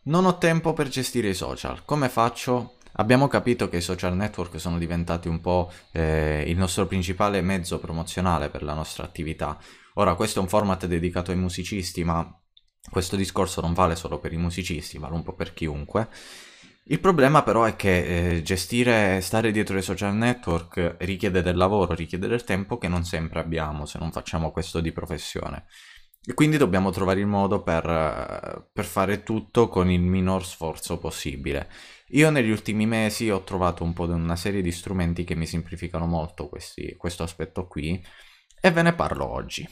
Non ho tempo per gestire i social. Come faccio? Abbiamo capito che i social network sono diventati un po' il nostro principale mezzo promozionale per la nostra attività. Ora, questo è un format dedicato ai musicisti, ma questo discorso non vale solo per i musicisti, vale un po' per chiunque. Il problema però è che gestire, stare dietro ai social network richiede del lavoro, richiede del tempo che non sempre abbiamo se non facciamo questo di professione. E quindi dobbiamo trovare il modo per fare tutto con il minor sforzo possibile. Io negli ultimi mesi ho trovato un po' una serie di strumenti che mi semplificano molto questo aspetto qui e ve ne parlo oggi.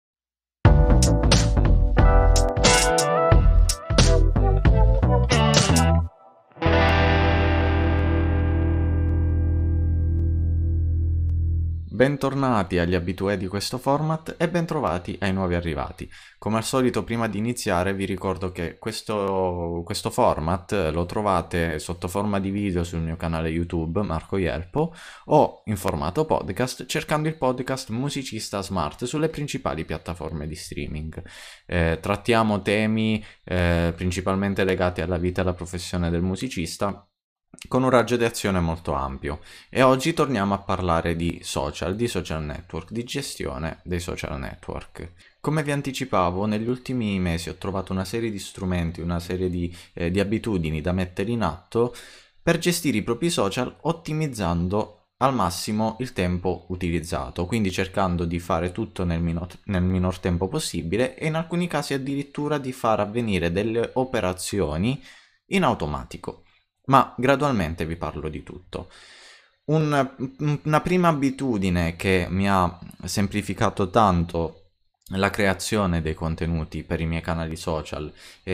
Bentornati agli abitué di questo format e bentrovati ai nuovi arrivati. Come al solito, prima di iniziare vi ricordo che questo format lo trovate sotto forma di video sul mio canale YouTube, Marco Ielpo, o in formato podcast cercando il podcast Musicista Smart sulle principali piattaforme di streaming. Trattiamo temi principalmente legati alla vita e alla professione del musicista con un raggio di azione molto ampio. E oggi torniamo a parlare di social network, di gestione dei social network. Come vi anticipavo, negli ultimi mesi ho trovato una serie di strumenti, una serie di abitudini da mettere in atto per gestire i propri social ottimizzando al massimo il tempo utilizzato, quindi cercando di fare tutto nel minor tempo possibile e in alcuni casi addirittura di far avvenire delle operazioni in automatico. Ma gradualmente vi parlo di tutto. Una prima abitudine che mi ha semplificato tanto la creazione dei contenuti per i miei canali social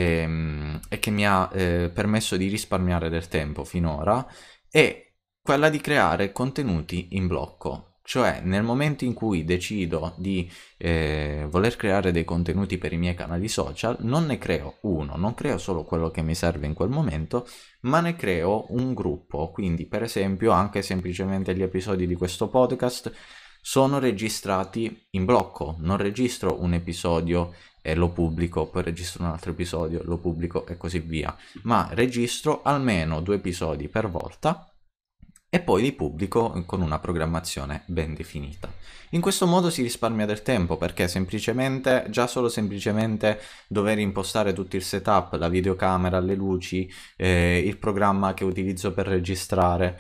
e che mi ha permesso di risparmiare del tempo finora è quella di creare contenuti in blocco. Cioè, nel momento in cui decido di voler creare dei contenuti per i miei canali social, non ne creo uno, non creo solo quello che mi serve in quel momento, ma ne creo un gruppo. Quindi, per esempio, anche semplicemente gli episodi di questo podcast sono registrati in blocco. Non registro un episodio e lo pubblico, poi registro un altro episodio, lo pubblico e così via, ma registro almeno 2 episodi per volta e poi li pubblico con una programmazione ben definita. In questo modo si risparmia del tempo perché semplicemente, già solo semplicemente dover impostare tutto il setup, la videocamera, le luci, il programma che utilizzo per registrare,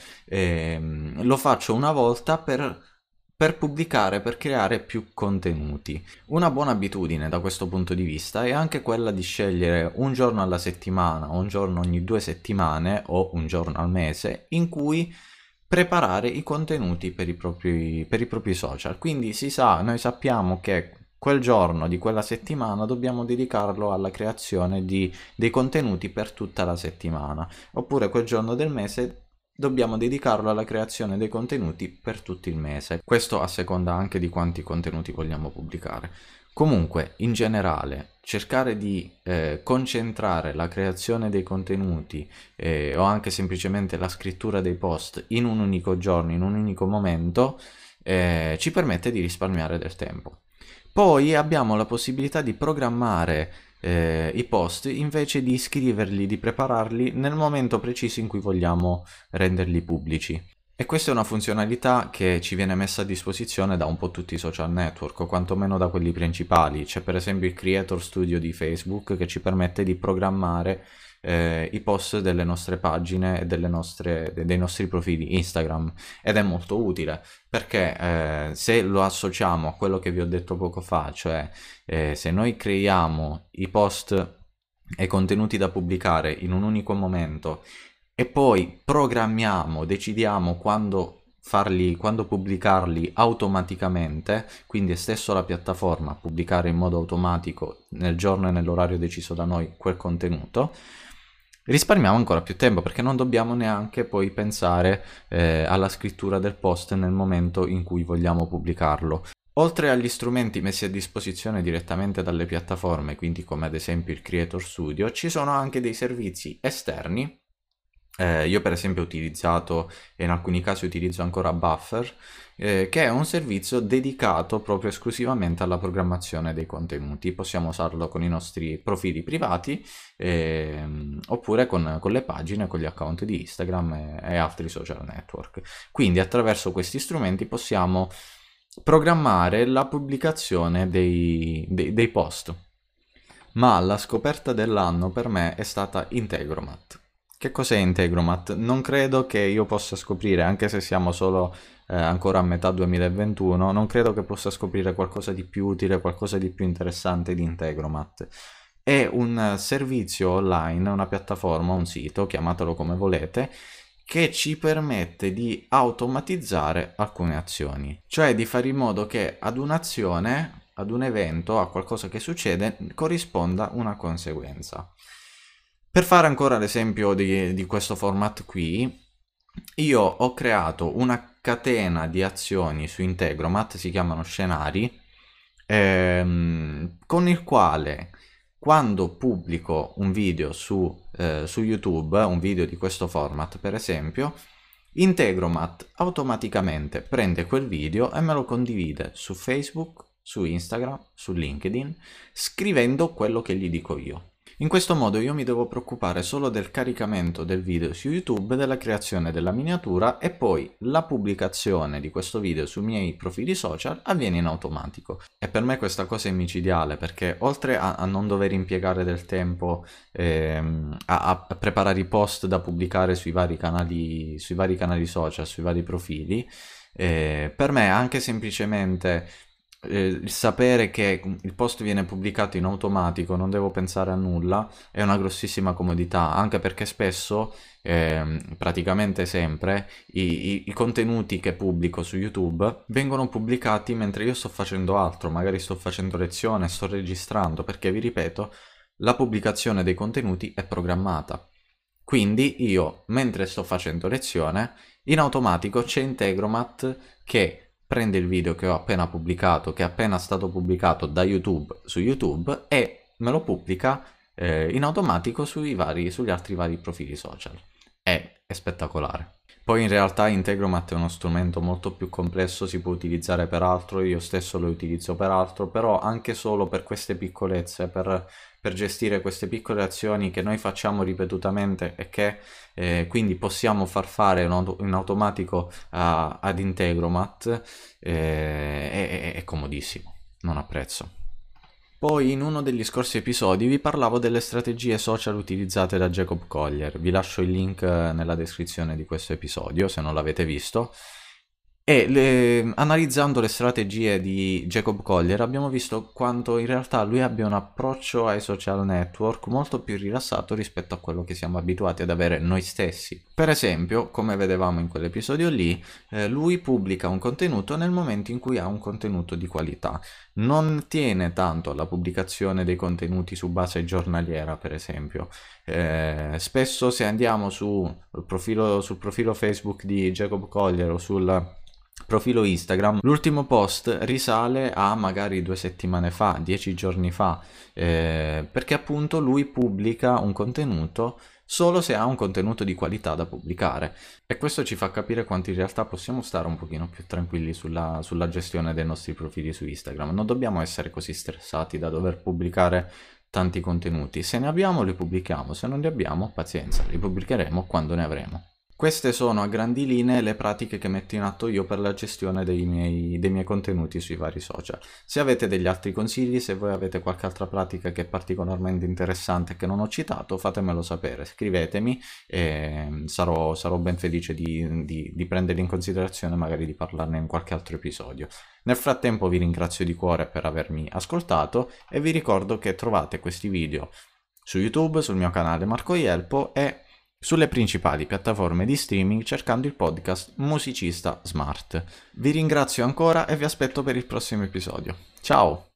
lo faccio una volta per pubblicare, per creare più contenuti. Una buona abitudine da questo punto di vista è anche quella di scegliere un giorno alla settimana, un giorno ogni 2 settimane o un giorno al mese in cui preparare i contenuti per i propri social. Quindi si sa, noi sappiamo che quel giorno di quella settimana dobbiamo dedicarlo alla creazione dei contenuti per tutta la settimana, oppure quel giorno del mese dobbiamo dedicarlo alla creazione dei contenuti per tutto il mese. Questo a seconda anche di quanti contenuti vogliamo pubblicare. Comunque, in generale, cercare di concentrare la creazione dei contenuti o anche semplicemente la scrittura dei post in un unico giorno, in un unico momento, ci permette di risparmiare del tempo. Poi abbiamo la possibilità di programmare i post invece di scriverli, di prepararli nel momento preciso in cui vogliamo renderli pubblici. E questa è una funzionalità che ci viene messa a disposizione da un po' tutti i social network, o quantomeno da quelli principali. C'è per esempio il Creator Studio di Facebook che ci permette di programmare i post delle nostre pagine e dei nostri profili Instagram, ed è molto utile perché se lo associamo a quello che vi ho detto poco fa, cioè se noi creiamo i post e i contenuti da pubblicare in un unico momento e poi programmiamo, decidiamo quando pubblicarli automaticamente, quindi è stesso la piattaforma a pubblicare in modo automatico nel giorno e nell'orario deciso da noi quel contenuto, risparmiamo ancora più tempo perché non dobbiamo neanche poi pensare alla scrittura del post nel momento in cui vogliamo pubblicarlo. Oltre agli strumenti messi a disposizione direttamente dalle piattaforme, quindi come ad esempio il Creator Studio, ci sono anche dei servizi esterni. Io per esempio ho utilizzato, e in alcuni casi utilizzo ancora Buffer, che è un servizio dedicato proprio esclusivamente alla programmazione dei contenuti. Possiamo usarlo con i nostri profili privati, oppure con le pagine, con gli account di Instagram e altri social network. Quindi attraverso questi strumenti possiamo programmare la pubblicazione dei post. Ma la scoperta dell'anno per me è stata Integromat. Che cos'è Integromat? Non credo che io possa scoprire, anche se siamo solo ancora a metà 2021, non credo che possa scoprire qualcosa di più utile, qualcosa di più interessante di Integromat. È un servizio online, una piattaforma, un sito, chiamatelo come volete, che ci permette di automatizzare alcune azioni, cioè di fare in modo che ad un'azione, ad un evento, a qualcosa che succede, corrisponda una conseguenza. Per fare ancora l'esempio di questo format qui, io ho creato una catena di azioni su Integromat, si chiamano scenari, con il quale quando pubblico un video su YouTube, un video di questo format per esempio, Integromat automaticamente prende quel video e me lo condivide su Facebook, su Instagram, su LinkedIn, scrivendo quello che gli dico io. In questo modo io mi devo preoccupare solo del caricamento del video su YouTube, della creazione della miniatura e poi la pubblicazione di questo video sui miei profili social avviene in automatico. E per me questa cosa è micidiale perché oltre a non dover impiegare del tempo a preparare i post da pubblicare sui vari canali social, sui vari profili, per me anche semplicemente il sapere che il post viene pubblicato in automatico, non devo pensare a nulla, è una grossissima comodità, anche perché spesso, praticamente sempre, i contenuti che pubblico su YouTube vengono pubblicati mentre io sto facendo altro, magari sto facendo lezione, sto registrando, perché vi ripeto, la pubblicazione dei contenuti è programmata. Quindi io, mentre sto facendo lezione, in automatico c'è Integromat che prende il video che ho appena pubblicato, che è appena stato pubblicato da YouTube su YouTube e me lo pubblica in automatico sugli altri vari profili social. È spettacolare. Poi in realtà Integromat è uno strumento molto più complesso, si può utilizzare per altro, io stesso lo utilizzo per altro, però anche solo per queste piccolezze, per gestire queste piccole azioni che noi facciamo ripetutamente e che quindi possiamo far fare in automatico ad Integromat, è comodissimo, non ha prezzo. Poi in uno degli scorsi episodi vi parlavo delle strategie social utilizzate da Jacob Collier, vi lascio il link nella descrizione di questo episodio se non l'avete visto. E analizzando le strategie di Jacob Collier abbiamo visto quanto in realtà lui abbia un approccio ai social network molto più rilassato rispetto a quello che siamo abituati ad avere noi stessi. Per esempio, come vedevamo in quell'episodio lì, lui pubblica un contenuto nel momento in cui ha un contenuto di qualità. Non tiene tanto alla pubblicazione dei contenuti su base giornaliera, per esempio. Spesso se andiamo sul profilo Facebook di Jacob Collier o sul profilo Instagram, l'ultimo post risale a magari 2 settimane fa, 10 giorni fa, perché appunto lui pubblica un contenuto solo se ha un contenuto di qualità da pubblicare, e questo ci fa capire quanto in realtà possiamo stare un pochino più tranquilli sulla gestione dei nostri profili su Instagram. Non dobbiamo essere così stressati da dover pubblicare tanti contenuti. Se ne abbiamo li pubblichiamo, se non li abbiamo pazienza, li pubblicheremo quando ne avremo. Queste sono a grandi linee le pratiche che metto in atto io per la gestione dei miei contenuti sui vari social. Se avete degli altri consigli, se voi avete qualche altra pratica che è particolarmente interessante e che non ho citato, fatemelo sapere, scrivetemi e sarò ben felice di prenderli in considerazione, magari di parlarne in qualche altro episodio. Nel frattempo vi ringrazio di cuore per avermi ascoltato e vi ricordo che trovate questi video su YouTube, sul mio canale Marco Ielpo e sulle principali piattaforme di streaming cercando il podcast Musicista Smart. Vi ringrazio ancora e vi aspetto per il prossimo episodio. Ciao!